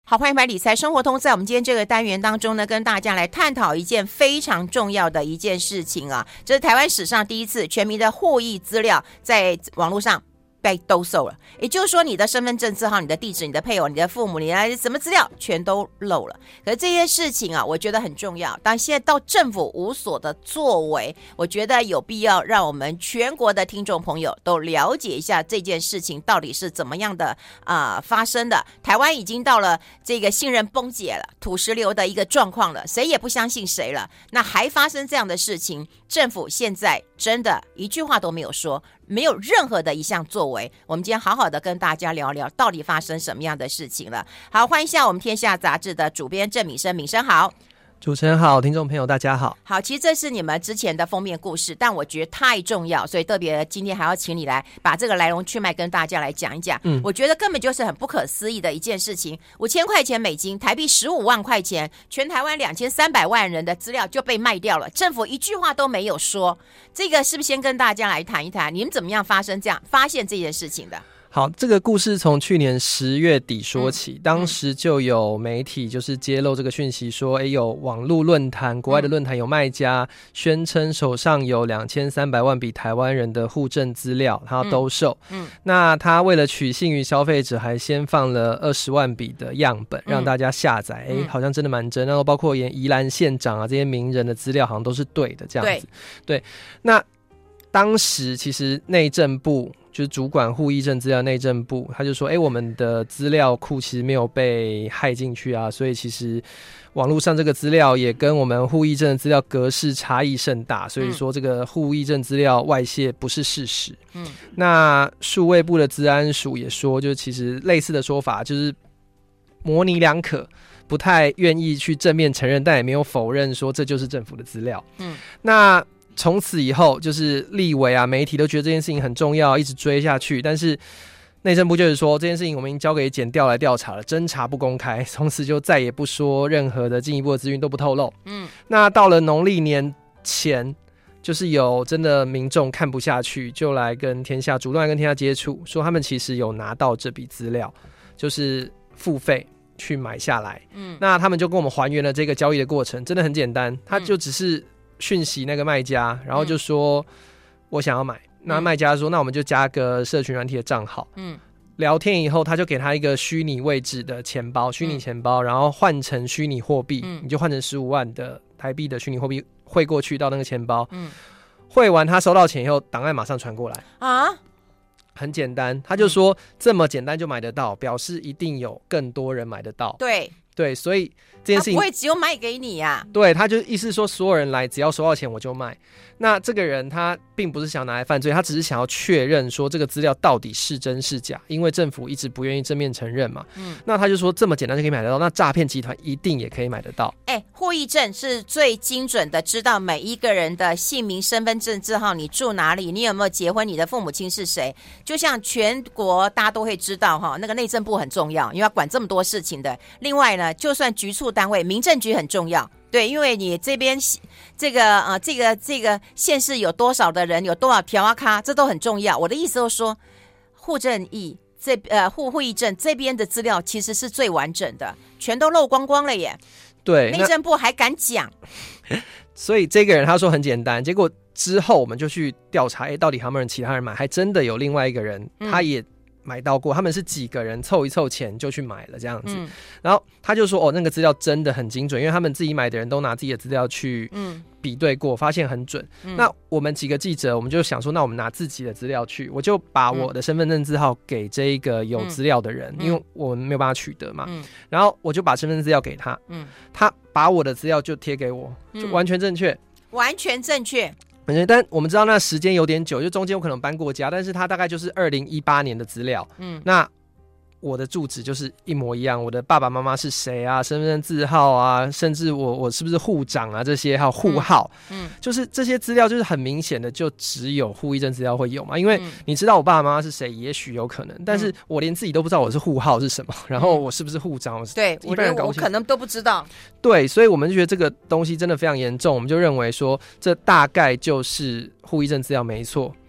好，欢迎来理财生活通。在我们今天这个单元当中呢，跟大家来探讨一件非常重要的一件事情啊，这是台湾史上第一次全民的户役资料在网络上被兜售了，也就是说你的身份证字号、你的地址、你的配偶、你的父母、你的什么资料全都漏了。可是这些事情啊，我觉得很重要，但现在到政府无所的作为，我觉得有必要让我们全国的听众朋友都了解一下这件事情到底是怎么样的发生的。台湾已经到了这个信任崩解了、土石流的一个状况了，谁也不相信谁了，那还发生这样的事情，政府现在真的一句话都没有说，没有任何的一项作为。我们今天好好的跟大家聊聊到底发生什么样的事情了。好，欢迎一下我们天下杂志的主编郑敏生。敏生好。 主持人好，听众朋友大家好。 好，其实这是你们之前的封面故事，但我觉得太重要，所以特别今天还要请你来把这个来龙去脉跟大家来讲一讲。我觉得根本就是很不可思议的一件事情，5000块钱美金，台币15万块钱，全台湾2300万人的资料就被卖掉了，政府一句话都没有说。这个是不是先跟大家来谈一谈，你们怎么样发现这件事情的？ 好，这个故事从去年10月底说起，当时就有媒体就是揭露这个讯息说，有网络论坛，国外的论坛有卖家宣称手上有2300万笔台湾人的户政资料，他要兜售。那他为了取信于消费者，还先放了20万笔的样本让大家下载，好像真的蛮真，然后包括连宜兰县长啊这些名人的资料好像都是对的这样子。对，那当时其实内政部就是主管户役政资料内政部，他就说我们的资料库其实没有被害进去啊，所以其实网络上这个资料也跟我们户役政的资料格式差异甚大，所以说这个户役政资料外泄不是事实。那数位部的资安署也说，就其实类似的说法就是模棱两可，不太愿意去正面承认，但也没有否认说这就是政府的资料。那从此以后，就是立委啊、媒体都觉得这件事情很重要，一直追下去。但是内政部就是说，这件事情我们已经交给检调来调查了，侦查不公开，从此就再也不说任何的进一步的资讯，都不透露。那到了农历年前，就是有真的民众看不下去，就来跟天下主动来跟天下接触，说他们其实有拿到这笔资料，就是付费去买下来。那他们就跟我们还原了这个交易的过程，真的很简单，他就只是讯息那个卖家，然后就说我想要买，那卖家说那我们就加个社群软体的账号。聊天以后他就给他一个虚拟位置的钱包，虚拟钱包，然后换成虚拟货币，你就换成15万的台币的虚拟货币汇过去到那个钱包。汇完他收到钱以后，档案马上传过来啊，很简单。他就说这么简单就买得到，表示一定有更多人买得到。对，所以这件事情他不会只有卖给你啊。 对，他就意思说所有人来只要收到钱我就卖。那这个人他并不是想拿来犯罪，他只是想要确认说这个资料到底是真是假，因为政府一直不愿意正面承认嘛。那他就说这么简单就可以买得到，那诈骗集团一定也可以买得到。 户役证是最精准的知道每一个人的姓名、身份证字号，你住哪里，你有没有结婚，你的父母亲是谁，就像全国大家都会知道那个内政部很重要，因为要管这么多事情的。另外呢，就算局处单位，民政局很重要。对，因为你这边这个县市有多少的人，有多少条啊卡，这都很重要。我的意思就是说，户役证这边的资料其实是最完整的，全都漏光光了耶。 对， 内政部还敢讲。 所以这个人他说很简单，结果之后我们就去调查，到底有没有人其他人买，还真的有另外一个人，他也买到过，他们是几个人凑一凑钱就去买了这样子。然后他就说那个资料真的很精准，因为他们自己买的人都拿自己的资料去比对过，发现很准。那我们几个记者我们就想说，那我们拿自己的资料去，我就把我的身份证字号给这一个有资料的人，因为我们没有办法取得嘛。然后我就把身份证资料给他，他把我的资料就贴给我，就完全正确。 完全正确。 但我们知道那时间有点久，就中间有可能搬过家，但是他大概就是2018年的资料。那我的住址就是一模一样，我的爸爸妈妈是谁啊，身份证字号啊，甚至我是不是户长啊，这些还有户号，就是这些资料就是很明显的就只有户役证资料会有嘛，因为你知道我爸爸妈妈是谁也许有可能，但是我连自己都不知道我是户号是什么，然后我是不是户长， 对，我可能都不知道。 对，所以我们就觉得这个东西真的非常严重，我们就认为说这大概就是户役证资料没错。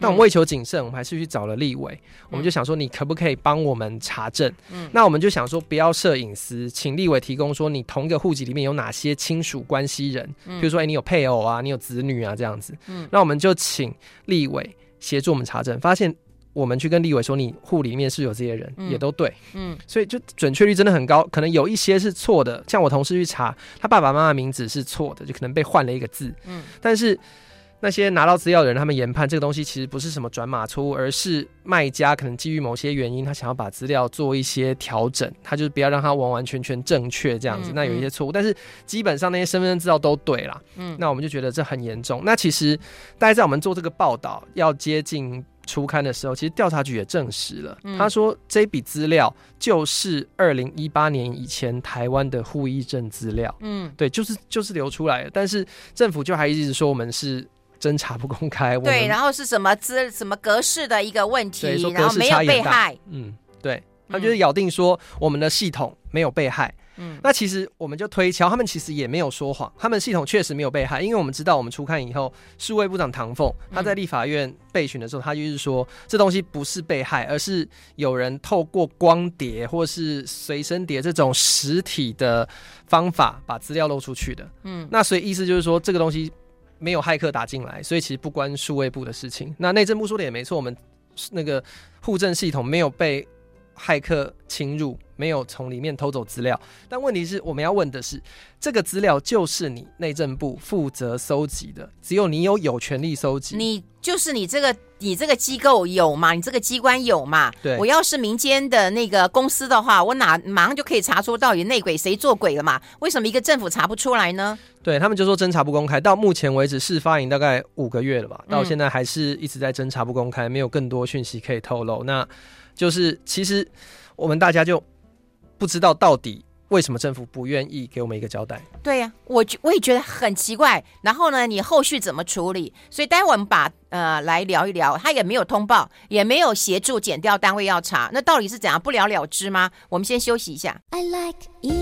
但我们为求谨慎，我们还是去找了立委，我们就想说你可不可以帮我们查证？那我们就想说不要设隐私，请立委提供说你同一个户籍里面有哪些亲属关系人，比如说你有配偶啊，你有子女啊这样子。那我们就请立委协助我们查证，发现我们去跟立委说你户里面是有这些人，也都对，所以就准确率真的很高。可能有一些是错的，像我同事去查，他爸爸妈妈名字是错的，就可能被换了一个字，但是那些拿到资料的人，他们研判这个东西其实不是什么转码错误，而是卖家可能基于某些原因，他想要把资料做一些调整，他就是不要让它完完全全正确这样子。那有一些错误，但是基本上那些身份证资料都对啦。那我们就觉得这很严重。那其实大概在我们做这个报道要接近初刊的时候，其实调查局也证实了，他说这笔资料就是2018年以前台湾的户役证资料，对，就是流出来了，但是政府就还一直说我们是侦查不公开， 对，然后是什么格式的一个问题，然后没有被害， 对，他就是咬定说我们的系统没有被害。那其实我们就推敲，他们其实也没有说谎，他们系统确实没有被害，因为我们知道我们初刊以后，数位部长唐凤他在立法院备询的时候，他就是说这东西不是被害，而是有人透过光碟或是随身碟这种实体的方法把资料漏出去的。那所以意思就是说这个东西没有骇客打进来，所以其实不关数位部的事情。那内政部说的也没错，我们那个户政系统没有被骇客侵入，没有从里面偷走资料。但问题是我们要问的是，这个资料就是你内政部负责搜集的，只有你有权利搜集，你这个机构有嘛，你这个机关有嘛。对，我要是民间的那个公司的话，我马上就可以查出到底内鬼谁做鬼了嘛。为什么一个政府查不出来呢？对，他们就说侦查不公开，到目前为止事发已经大概5个月了吧，到现在还是一直在侦查不公开，没有更多讯息可以透露。那就是其实我们大家就不知道到底为什么政府不愿意给我们一个交代。对呀，我也觉得很奇怪。然后呢，你后续怎么处理？所以待会我们把来聊一聊，他也没有通报，也没有协助检调单位要查，那到底是怎样，不了了之吗？我们先休息一下。I like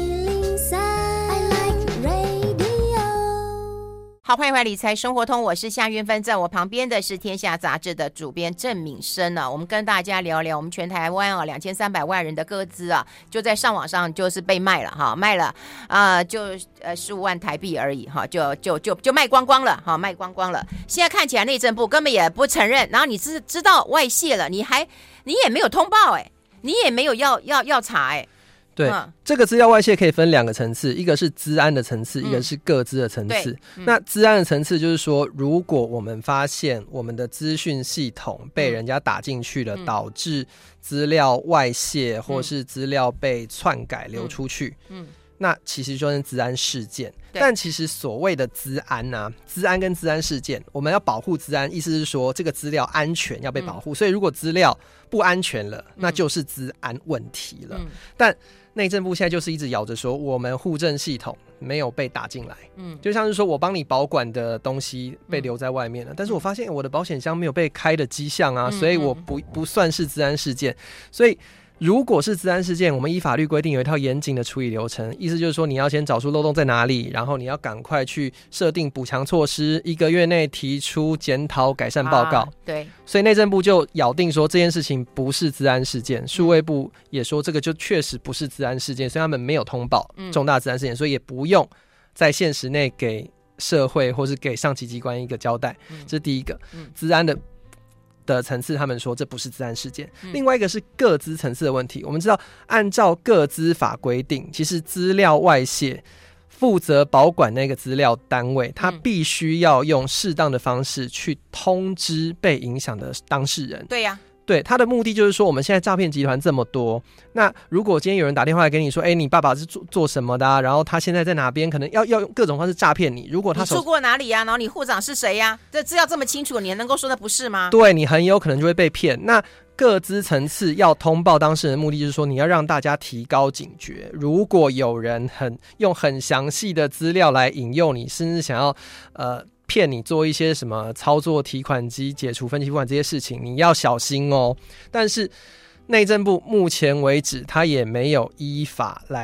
103, I like radio。 好，欢迎回来理财生活通，我是夏运芬，在我旁边的是天下杂志的主编郑敏生我们跟大家聊聊我们全台湾2300万人的个资就在上网上就是被卖了卖了就15万台币而已就卖光光了卖光光了。现在看起来内政部根本也不承认，然后你知道外泄了，你也没有通报你也没有要查对，这个资料外泄可以分2个层次，一个是资安的层次，一个是个资的层次。那资安的层次就是说，如果我们发现我们的资讯系统被人家打进去了，导致资料外泄或是资料被篡改流出去，那其实就是资安事件。但其实所谓的资安资安跟资安事件，我们要保护资安，意思是说这个资料安全要被保护，所以如果资料不安全了，那就是资安问题了。但内政部现在就是一直咬着说我们户政系统没有被打进来，就像是说我帮你保管的东西被留在外面了，但是我发现我的保险箱没有被开的迹象所以我不算是资安事件。所以如果是资安事件，我们依法律规定有一套严谨的处理流程，意思就是说你要先找出漏洞在哪里，然后你要赶快去设定补强措施，1个月内提出检讨改善报告。对，所以内政部就咬定说这件事情不是资安事件，数位部也说这个就确实不是资安事件，所以他们没有通报重大资安事件，所以也不用在限时内给社会或是给上级机关一个交代。这是第一个资安的层次，他们说这不是资安事件。另外一个是个资层次的问题，我们知道按照个资法规定，其实资料外泄负责保管那个资料单位，他必须要用适当的方式去通知被影响的当事人。对呀，对，他的目的就是说我们现在诈骗集团这么多，那如果今天有人打电话来给你说你爸爸是做什么的然后他现在在哪边，可能要用各种方式诈骗你。如果你住过哪里然后你户长是谁这资料这么清楚，你能够说的不是吗？对，你很有可能就会被骗。那个资层次要通报当事人的目的就是说你要让大家提高警觉，如果有人用很详细的资料来引诱你，甚至想要骗你做一些什么操作提款机、解除分期付款这些事情，你要小心但是内政部目前为止他也没有依法来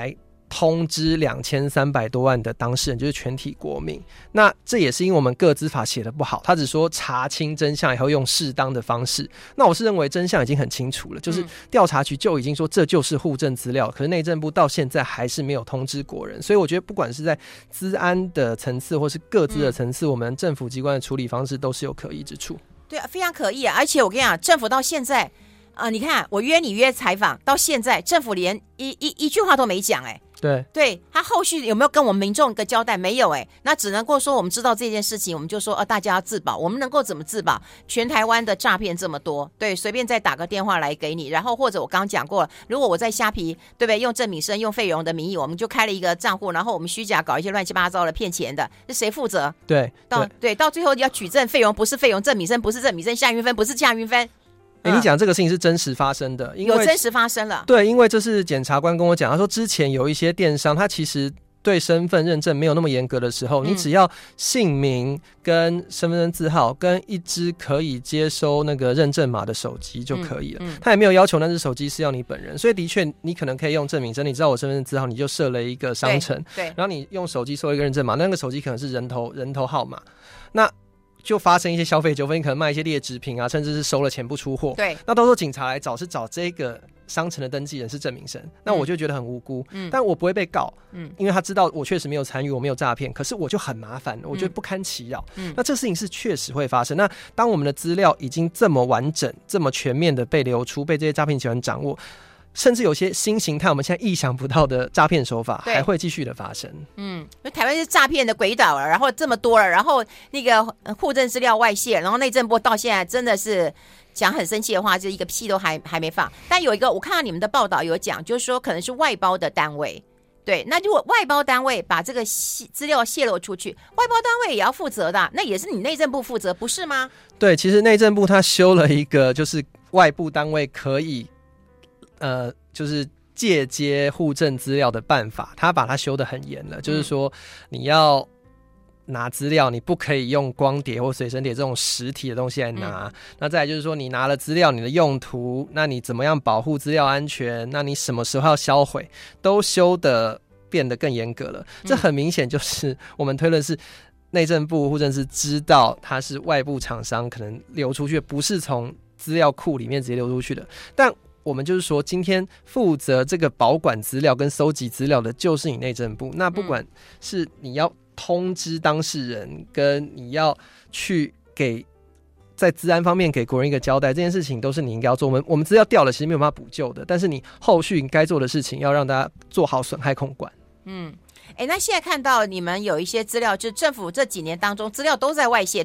通知2300多万的当事人，就是全体国民。那这也是因为我们个资法写得不好，他只说查清真相以后用适当的方式。那我是认为真相已经很清楚了，就是调查局就已经说这就是户政资料，可是内政部到现在还是没有通知国人。所以我觉得不管是在资安的层次或是个资的层次，我们政府机关的处理方式都是有可疑之处。 对啊，非常可疑啊！而且我跟你讲，政府到现在你看我约你约采访，到现在政府连一句话都没讲对，他后续有没有跟我们民众一个交代？没有那只能够说我们知道这件事情，我们就说大家要自保。我们能够怎么自保？全台湾的诈骗这么多，对，随便再打个电话来给你，然后或者我刚刚讲过了，如果我在虾皮，对不对？用郑敏生、用费荣的名义，我们就开了一个账户，然后我们虚假搞一些乱七八糟的骗钱的，是谁负责？到最后要举证，费荣不是费荣，郑敏生不是郑敏生，夏云芬不是夏云芬。 你讲这个事情是真实发生的，因为有真实发生了。 对，因为这是检察官跟我讲，他说之前有一些电商，他其实对身份认证没有那么严格的时候，你只要姓名跟身份证字号跟一支可以接收那个认证码的手机就可以了。他也没有要求那只手机是要你本人，所以的确你可能可以用证明真，你知道我身份证字号，你就设了一个商城，对，然后你用手机收一个认证码，那个手机可能是人头号码，那就发生一些消费纠纷，可能卖一些劣质品啊，甚至是收了钱不出货。对，那到时候警察来找是找这个商城的登记人是郑明生，那我就觉得很无辜，但我不会被告，因为他知道我确实没有参与，我没有诈骗，可是我就很麻烦，我觉得不堪其扰。那这事情是确实会发生。那当我们的资料已经这么完整、这么全面的被流出，被这些诈骗集团掌握，甚至有些新形态我们现在意想不到的诈骗手法还会继续的发生。因为台湾是诈骗的鬼岛了，然后这么多了，然后那个户政资料外泄，然后内政部到现在真的是讲很生气的话，就一个屁都还没放。但有一个我看到你们的报道有讲，就是说可能是外包的单位。对，那如果外包单位把这个资料泄露出去，外包单位也要负责的，那也是你内政部负责，不是吗？ 对，其实内政部他修了一个，就是外部单位可以就是借接户政资料的办法，他把它修得很严了，就是说你要拿资料，你不可以用光碟或随身碟这种实体的东西来拿。那再来就是说，你拿了资料，你的用途，那你怎么样保护资料安全？那你什么时候要销毁，都修得变得更严格了。这很明显就是我们推论是内政部户政司知道它是外部厂商可能流出去，不是从资料库里面直接流出去的，但我们就是说，今天负责这个保管资料跟搜集资料的就是你内政部。那不管是你要通知当事人，跟你要去在资安方面给国人一个交代，这件事情都是你应该要做。我们资料掉了，其实没有办法补救的，但是你后续该做的事情要让大家做好损害控管。 那现在看到你们有一些资料，就是政府这几年当中资料都在外泄。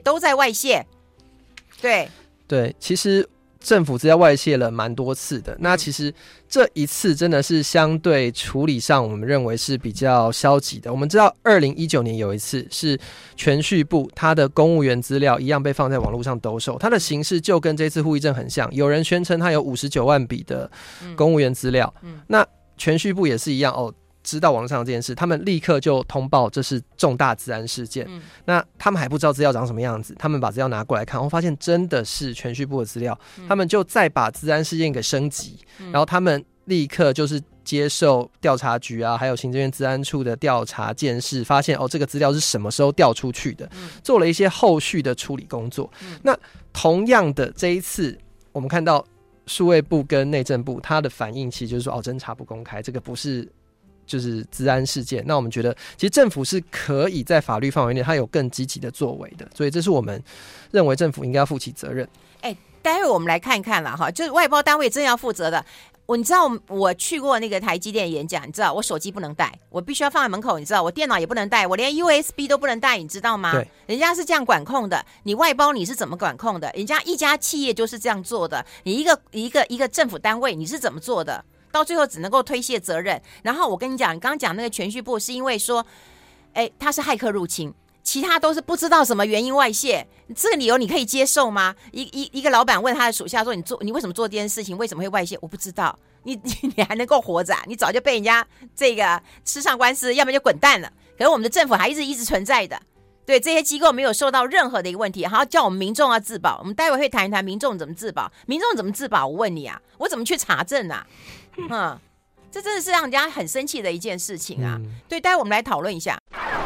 对，其实政府资料外泄了蛮多次的，那其实这一次真的是相对处理上我们认为是比较消极的。我们知道2019年有一次是铨叙部他的公务员资料一样被放在网络上兜售，它的形式就跟这次户役证很像，有人宣称他有59万笔的公务员资料，那铨叙部也是一样知道网络上这件事，他们立刻就通报这是重大资安事件。那他们还不知道资料长什么样子，他们把资料拿过来看，发现真的是铨叙部的资料，他们就再把资安事件给升级，然后他们立刻就是接受调查局啊，还有行政院资安处的调查监视，发现这个资料是什么时候调出去的，做了一些后续的处理工作。那同样的这一次，我们看到数位部跟内政部他的反应，其实就是说侦查不公开，这个不是就是资安事件。那我们觉得其实政府是可以在法律范围内它有更积极的作为的，所以这是我们认为政府应该要负起责任。 待会我们来看一看啦哈，就是外包单位真要负责的。你知道我去过那个台积电演讲，你知道我手机不能带，我必须要放在门口，你知道我电脑也不能带，我连 USB 都不能带，你知道吗？对，人家是这样管控的。你外包你是怎么管控的？人家一家企业就是这样做的，你一个政府单位你是怎么做的？到最后只能够推卸责任。然后我跟你讲，你刚刚讲那个铨叙部是因为说他是骇客入侵，其他都是不知道什么原因外泄，这个理由你可以接受吗？一个老板问他的属下说，你为什么做这件事情，为什么会外泄？我不知道。你还能够活着你早就被人家这个吃上官司，要不然就滚蛋了。可是我们的政府还一直存在的，对，这些机构没有受到任何的一个问题，还要叫我们民众要自保。我们待会会谈一谈民众怎么自保。民众怎么自保？我问你啊，我怎么去查证啊？ 这真的是让人家很生气的一件事情啊。对，待会我们来讨论一下。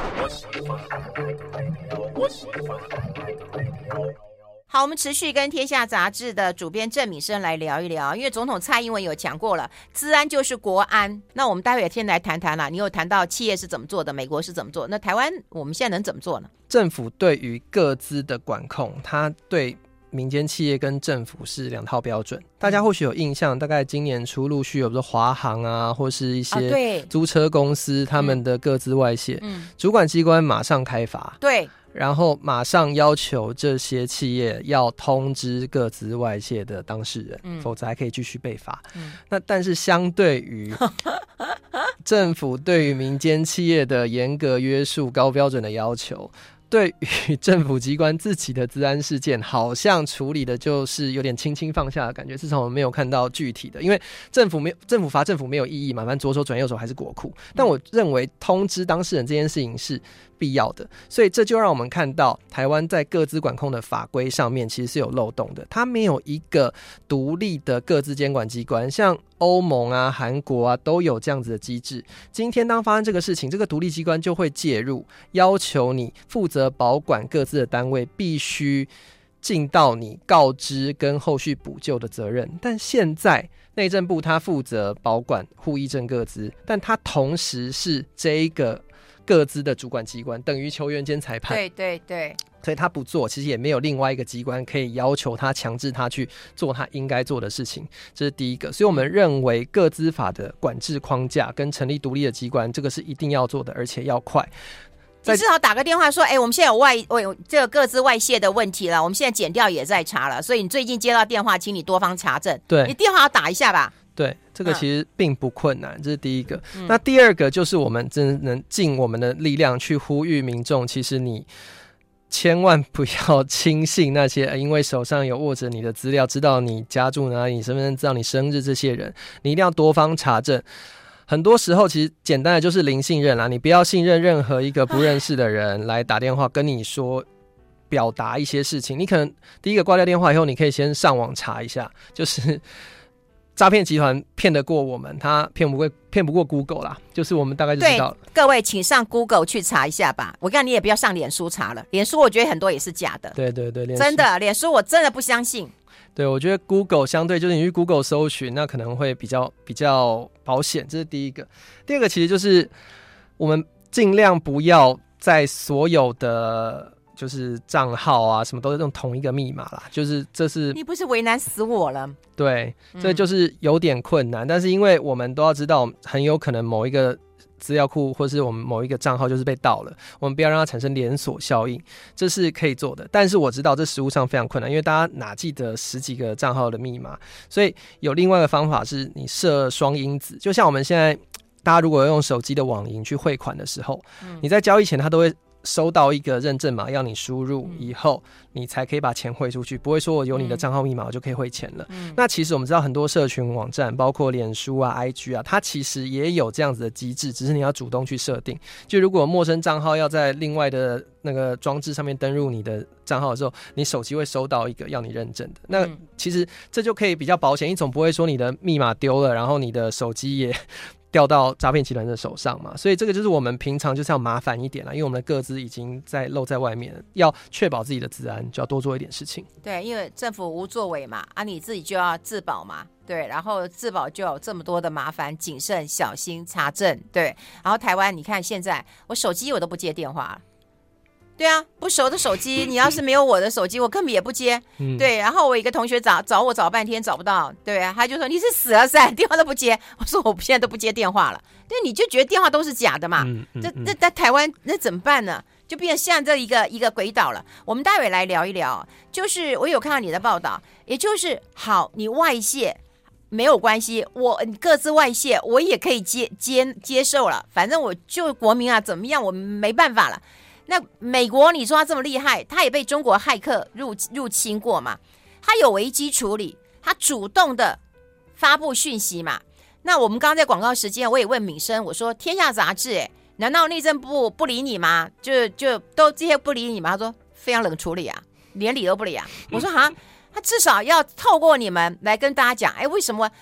好，我们持续跟天下杂志的主编郑敏生来聊一聊，因为总统蔡英文有讲过了，资安就是国安。那我们待会也先来谈谈啦，你有谈到企业是怎么做的，美国是怎么做，那台湾我们现在能怎么做呢？ 政府对于个资的管控，它对民间企业跟政府是两套标准。大家或许有印象，大概今年初陆续有说华航啊，或是一些租车公司，他们的个资外泄，主管机关马上开罚。对。然后马上要求这些企业要通知个资外泄的当事人，否则还可以继续被罚。那但是相对于政府对于民间企业的严格约束、高标准的要求，对于政府机关自己的资安事件，好像处理的就是有点轻轻放下的感觉。至少我们没有看到具体的，因为政府罚政府没有意义嘛，反正左手转右手还是国库。但我认为通知当事人这件事情是必要的，所以这就让我们看到台湾在个资管控的法规上面其实是有漏洞的，它没有一个独立的个资监管机关，像欧盟啊、韩国啊都有这样子的机制。今天当发生这个事情，这个独立机关就会介入，要求你负责保管个资的单位必须尽到你告知跟后续补救的责任。但现在内政部他负责保管户役证个资，但他同时是这一个个资的主管机关，等于球员兼裁判。对对对，所以他不做，其实也没有另外一个机关可以要求他、强制他去做他应该做的事情，这是第一个。所以我们认为个资法的管制框架跟成立独立的机关，这个是一定要做的，而且要快。 你至少打个电话说，我们现在有这个个资外泄的问题了，我们现在检调也在查了，所以你最近接到电话，请你多方查证。对，你电话要打一下吧。对，这个其实并不困难，这是第一个。那第二个就是我们真的能尽我们的力量去呼吁民众，其实你千万不要轻信那些因为手上有握着你的资料，知道你家住哪里、你身份证、知道你生日这些人，你一定要多方查证。很多时候其实简单的就是零信任啦，你不要信任任何一个不认识的人来打电话跟你说表达一些事情。你可能第一个挂掉电话以后，你可以先上网查一下，就是诈骗集团骗得过我们，他骗不过 Google 啦，就是我们大概就知道了。对，各位请上 Google 去查一下吧。我看你也不要上脸书查了，脸书我觉得很多也是假的。对对对，真的脸书我真的不相信。对，我觉得 Google 相对就是你去 Google 搜寻，那可能会比较保险，这是第一个。第二个其实就是我们尽量不要在所有的就是账号啊什么都是用同一个密码啦，就是这是你不是为难死我了？对，这就是有点困难，但是因为我们都要知道，很有可能某一个资料库或是我们某一个账号就是被盗了，我们不要让它产生连锁效应，这是可以做的。但是我知道这实务上非常困难，因为大家哪记得10几个账号的密码，所以有另外一个方法是你设双因子，就像我们现在大家如果用手机的网银去汇款的时候，你在交易前它都会收到一个认证码，要你输入以后你才可以把钱汇出去，不会说我有你的账号密码我就可以汇钱了。那其实我们知道很多社群网站包括脸书啊 IG 啊，它其实也有这样子的机制，只是你要主动去设定。就如果陌生账号要在另外的那个装置上面登入你的账号的时候，你手机会收到一个要你认证的，那其实这就可以比较保险，你总不会说你的密码丢了然后你的手机也掉到诈骗集团的手上嘛，所以这个就是我们平常就是要麻烦一点啦，因为我们的个资已经露在外面了，要确保自己的资安，就要多做一点事情。对，因为政府无作为嘛，你自己就要自保嘛，对，然后自保就有这么多的麻烦，谨慎小心查证，对。然后台湾你看现在我手机我都不接电话了。对啊，不熟的手机，你要是没有我的手机，我根本也不接。对，然后我一个同学找我找半天找不到，对啊，他就说你是死了噻，电话都不接。我说我现在都不接电话了。对，你就觉得电话都是假的嘛？这在台湾那怎么办呢？就变成像这一个轨道了。我们待会来聊一聊，就是我有看到你的报道，也就是好，你外泄没有关系，我各自外泄我也可以接受了，反正我就国民啊，怎么样我没办法了。那美国你说他这么厉害，他也被中国骇客入侵过嘛，他有危机处理，他主动的发布讯息嘛。那我们刚刚在广告时间我也问敏生，我说天下杂志难道内政部不理你吗？就都这些不理你吗？他说非常冷处理啊，连理都不理啊。我说他至少要透过你们来跟大家讲，为什么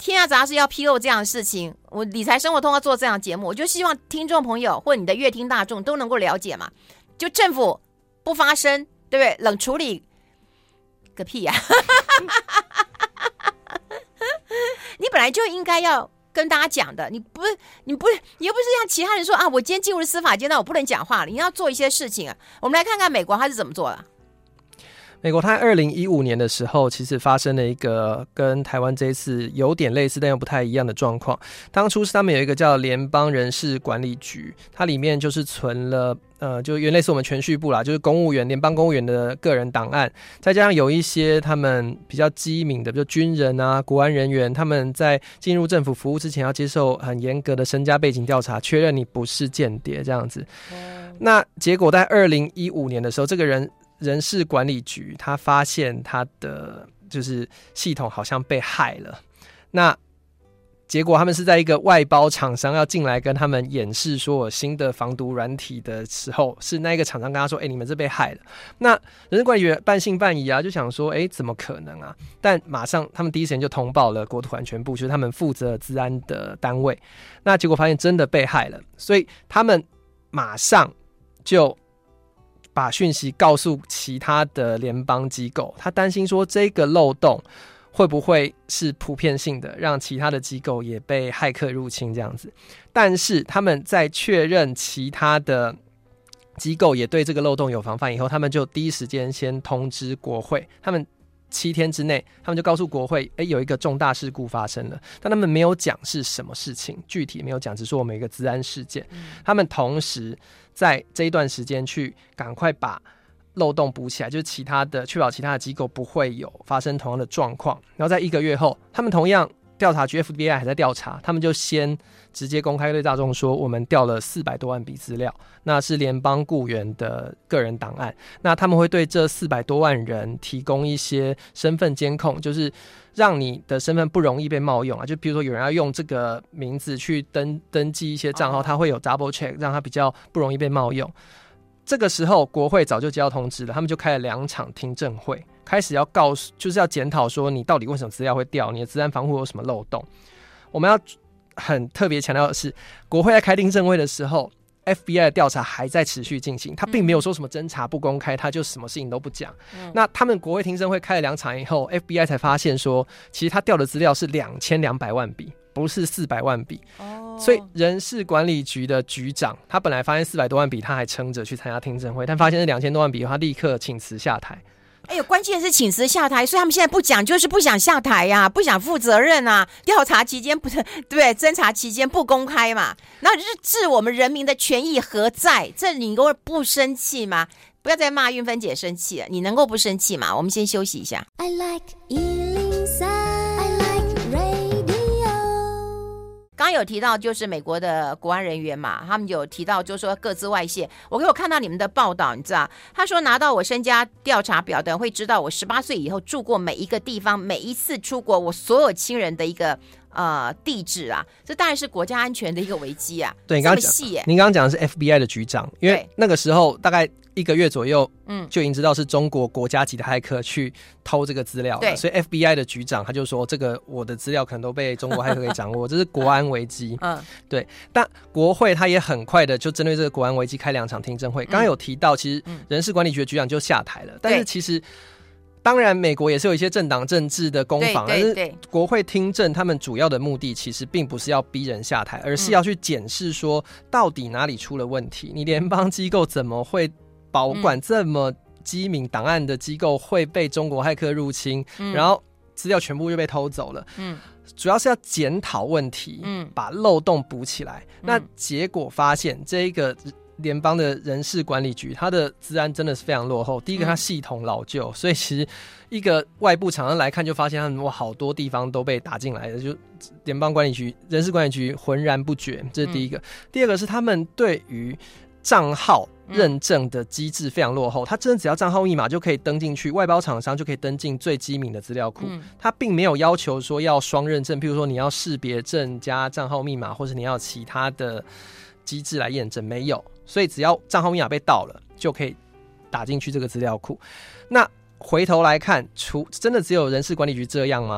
天下杂志要披露这样的事情，我理财生活通要做这样的节目，我就希望听众朋友或你的乐听大众都能够了解嘛。就政府不发声，对不对？冷处理个屁呀！你本来就应该要跟大家讲的，你又不是像其他人说啊，我今天进入司法阶段，我不能讲话了。你要做一些事情啊。我们来看看美国他是怎么做的。 美国它2015年的时候，其实发生了一个跟台湾这一次有点类似但又不太一样的状况。当初是他们有一个叫联邦人事管理局，它里面就是存了就原类似我们全序部啦，就是公务员、联邦公务员的个人档案，再加上有一些他们比较机敏的，比如军人啊、国安人员，他们在进入政府服务之前要接受很严格的身家背景调查，确认你不是间谍这样子。那结果在2015年的时候，这个人事管理局他发现他的就是系统好像被害了，那结果他们是在一个外包厂商要进来跟他们演示说我新的防毒软体的时候，是那一个厂商跟他说你们这被害了。那人事管理局半信半疑啊，就想说怎么可能啊，但马上他们第一时间就通报了国土安全部，就是他们负责资安的单位，那结果发现真的被害了，所以他们马上就把讯息告诉其他的联邦机构，他担心说这个漏洞会不会是普遍性的，让其他的机构也被骇客入侵这样子。但是他们在确认其他的机构也对这个漏洞有防范以后，他们就第一时间先通知国会，他们7天之内，他们就告诉国会，有一个重大事故发生了，但他们没有讲是什么事情，具体没有讲，只说我们有一个资安事件。他们同时在这一段时间去赶快把漏洞补起来，就是确保其他的机构不会有发生同样的状况。然后在1个月后，他们同样调查局 FBI 还在调查，他们就先直接公开对大众说，我们调了400多万笔资料，那是联邦雇员的个人档案。那他们会对这400多万人提供一些身份监控，就是让你的身份不容易被冒用啊。就比如说有人要用这个名字去登记一些账号，他会有 double check， 让他比较不容易被冒用。这个时候国会早就接到通知了，他们就开了2场听证会，开始要就是要检讨说你到底为什么资料会掉，你的资安防护有什么漏洞。我们要很特别强调的是，国会在开听证会的时候， FBI 的调查还在持续进行，他并没有说什么侦查不公开，他就什么事情都不讲。那他们国会听证会开了2场以后， FBI 才发现说其实他调的资料是2200万笔，不是400万笔。所以人事管理局的局长他本来发现400多万笔，他还撑着去参加听证会，但发现是2000多万笔，他立刻请辞下台。 关键是请辞下台，所以他们现在不讲就是不想下台呀，不想负责任啊。调查期间不是对，侦查期间不公开嘛，那置我们人民的权益何在？这你能够不生气吗？不要再骂韵芬姐生气了，你能够不生气吗？我们先休息一下。I like 103, I like radio。刚刚有提到就是美国的国安人员嘛，他们有提到就是说各自外泄。我看到你们的报道，你知道他说拿到我身家调查表的人会知道我18岁以后住过每一个地方，每一次出国我所有亲人的一个地址啊，这当然是国家安全的一个危机啊。 对， 这么细耶。 您刚刚讲的是 FBI 的局长，因为那个时候大概1个月左右，就已经知道是中国国家级的骇客去偷这个资料了，所以 FBI 的局长他就说，这个我的资料可能都被中国骇客给掌握，这是国安危机。对。但国会他也很快的就针对这个国安危机开2场听证会。刚刚有提到，其实人事管理局的局长就下台了，但是其实当然美国也是有一些政党政治的攻防，但是国会听证他们主要的目的其实并不是要逼人下台，而是要去检视说到底哪里出了问题，你联邦机构怎么会保管这么机敏档案的机构会被中国骇客入侵，然后资料全部就被偷走了。主要是要检讨问题，把漏洞补起来。那结果发现这个联邦的人事管理局，它的资安真的是非常落后。第一个，它系统老旧，所以其实一个外部厂商来看就发现他们好多地方都被打进来的，就联邦管理局、人事管理局浑然不觉，这是第一个。第二个是他们对于账号认证的机制非常落后，他真的只要账号密码就可以登进去，外包厂商就可以登进最机敏的资料库，他并没有要求说要双认证，譬如说你要识别证加账号密码，或是你要其他的机制来验证，没有，所以只要账号密码被盗了就可以打进去这个资料库。那回头来看，真的只有人事管理局这样吗？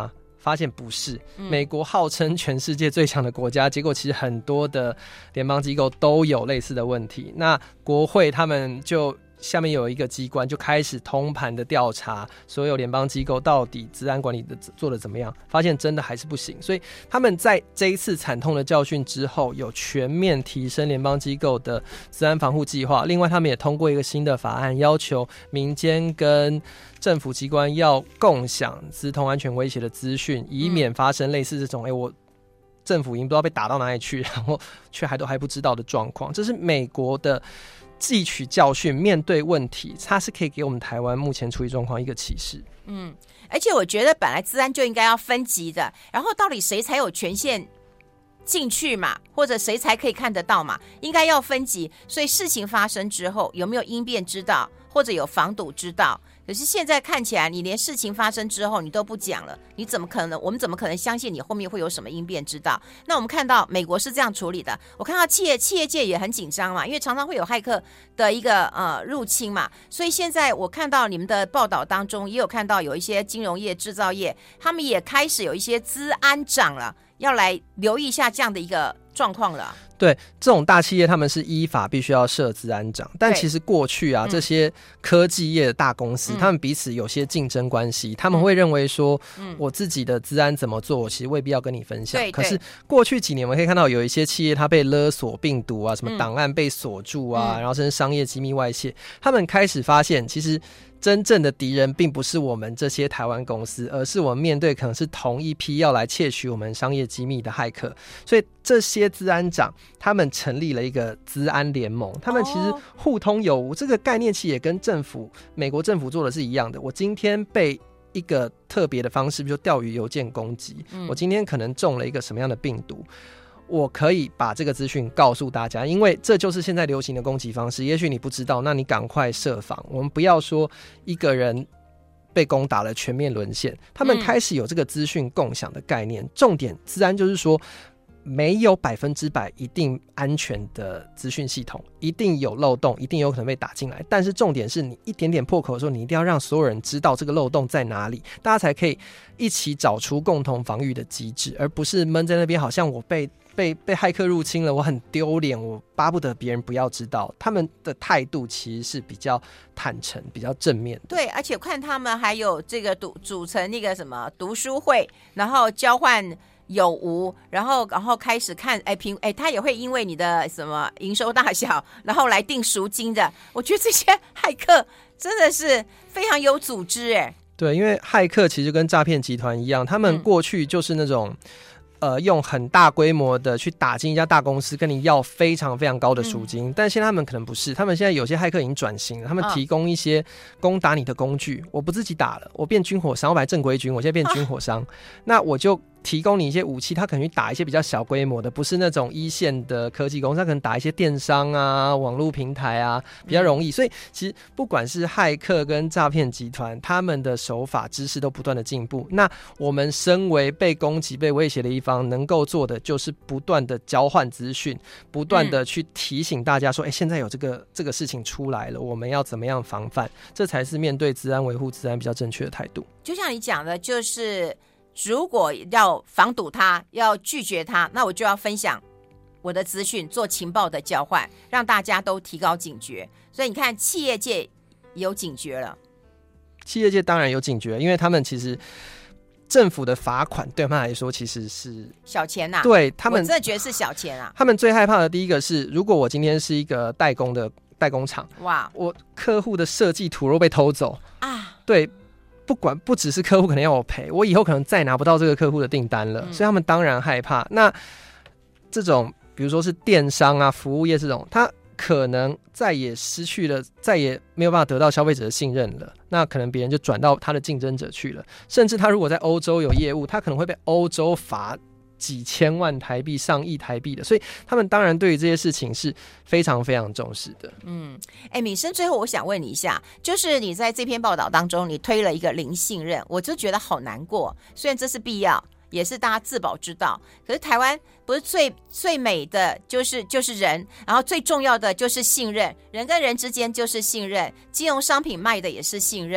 发现不是，美国号称全世界最强的国家，结果其实很多的联邦机构都有类似的问题。那国会他们就下面有一个机关就开始通盘的调查所有联邦机构到底治安管理的做得怎么样，发现真的还是不行。所以他们在这一次惨痛的教训之后，有全面提升联邦机构的治安防护计划。另外他们也通过一个新的法案，要求民间跟政府机关要共享资通安全威胁的资讯，以免发生类似这种我政府已经不知道被打到哪里去，然后却都还不知道的状况。这是美国的汲取教训，面对问题，它是可以给我们台湾目前处理状况一个启示。 而且我觉得本来治安就应该要分级的，然后到底谁才有权限进去嘛，或者谁才可以看得到嘛，应该要分级。所以事情发生之后有没有应变之道，或者有防堵之道，可是现在看起来你连事情发生之后你都不讲了，我们怎么可能相信你后面会有什么应变之道？那我们看到美国是这样处理的，我看到企业界也很紧张嘛，因为常常会有骇客的一个入侵嘛，所以现在我看到你们的报道当中也有看到有一些金融业、制造业，他们也开始有一些资安长了，要来留意一下这样的一个状况了。 对，这种大企业他们是依法必须要设资安长，但其实过去啊，这些科技业的大公司，他们彼此有些竞争关系，他们会认为说，我自己的资安怎么做，我其实未必要跟你分享。可是过去几年我们可以看到有一些企业它被勒索病毒啊，什么档案被锁住啊，然后甚至商业机密外泄，他们开始发现其实真正的敌人并不是我们这些台湾公司，而是我们面对可能是同一批要来窃取我们商业机密的骇客。所以这些资安长他们成立了一个资安联盟，他们其实互通有无，这个概念其实也跟美国政府做的是一样的。我今天被一个特别的方式，比如说钓鱼邮件攻击，我今天可能中了一个什么样的病毒，我可以把这个资讯告诉大家，因为这就是现在流行的攻击方式。也许你不知道，那你赶快设防。我们不要说一个人被攻打了全面沦陷，他们开始有这个资讯共享的概念。重点资安就是说，没有100%一定安全的资讯系统，一定有漏洞，一定有可能被打进来。但是重点是你一点点破口的时候，你一定要让所有人知道这个漏洞在哪里，大家才可以一起找出共同防御的机制，而不是闷在那边好像我被骇客入侵了，我很丢脸，我巴不得别人不要知道。他们的态度其实是比较坦诚、比较正面的。 对，而且看他们还有这个组成那个什么读书会，然后交换有无，然后开始看他也会因为你的什么营收大小，然后来定赎金的。我觉得这些骇客真的是非常有组织对，因为骇客其实跟诈骗集团一样，他们过去就是那种用很大规模的去打进一家大公司，跟你要非常非常高的赎金，但现在他们可能不是，他们现在有些骇客已经转型了，他们提供一些攻打你的工具，我不自己打了，我变军火商，我本来正规军，我现在变军火商，那我就提供你一些武器，他可能去打一些比较小规模的，不是那种一线的科技公司，他可能打一些电商啊、网络平台啊，比较容易。所以其实不管是骇客跟诈骗集团，他们的手法知识都不断的进步。那我们身为被攻击、被威胁的一方，能够做的就是不断的交换资讯，不断的去提醒大家说，现在有这个事情出来了，我们要怎么样防范？这才是面对治安、维护治安比较正确的态度。 就像你讲的，就是如果要防堵他，要拒绝他，那我就要分享我的资讯，做情报的交换，让大家都提高警觉。所以你看，企业界有警觉了。 企业界当然有警觉，因为他们其实政府的罚款对他们来说其实是小钱啊。 对他们， 我真的觉得是小钱啊。 他们最害怕的第一个是，如果我今天是一个代工厂， 哇， 我客户的设计图都被偷走啊，对。不只是客户可能要我赔，我以后可能再拿不到这个客户的订单了，所以他们当然害怕。那这种比如说是电商啊、服务业这种，他可能再也失去了，再也没有办法得到消费者的信任了，那可能别人就转到他的竞争者去了。甚至他如果在欧洲有业务，他可能会被欧洲罚几千万台币、上亿台币的，所以他们当然对于这些事情是非常非常重视的。 敏生，最后我想问你一下，就是你在这篇报道当中，你推了一个零信任，我就觉得好难过。虽然这是必要，也是大家自保之道，可是台湾不是最美的就是人，然后最重要的就是信任，人跟人之间就是信任，金融商品卖的也是信任。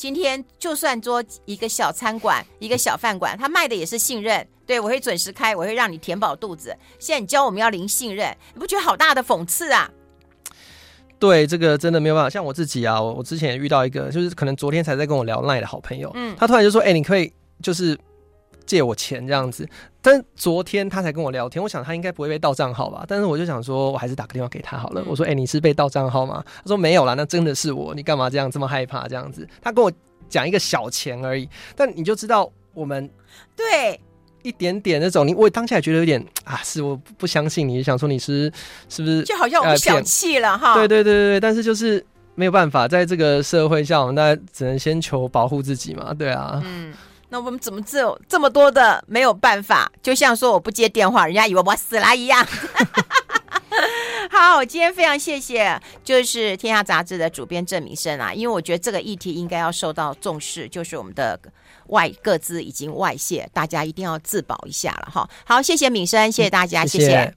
今天就算做一个小餐馆一个小饭馆，他卖的也是信任，对，我会准时开，我会让你填饱肚子。现在你教我们要零信任，你不觉得好大的讽刺啊？ 对，这个真的没有办法。像我自己啊，我之前也遇到一个，就是可能昨天才在跟我聊 LINE 的好朋友，他突然就说：“你可以就是借我钱这样子。”但是昨天他才跟我聊天，我想他应该不会被盗账号吧？但是我就想说，我还是打个电话给他好了。我说：“你是被盗账号吗？”他说：“没有啦，那真的是我。你干嘛这么害怕这样子？”他跟我讲一个小钱而已，但你就知道我们对。 一点点那种，我当下也觉得有点是我不相信你，想说你是不是就好像我们小气了哈？ 对，但是就是没有办法，在这个社会下，我们大家只能先求保护自己嘛，对啊。 那我们怎么只有这么多的没有办法？就像说我不接电话，人家以为我死了一样。好，今天非常谢谢，就是天下杂志的主编郑明生啊，因为我觉得这个议题应该要受到重视，就是我们的各自已经外泄，大家一定要自保一下了哈。好，谢谢敏生，谢谢大家，谢谢。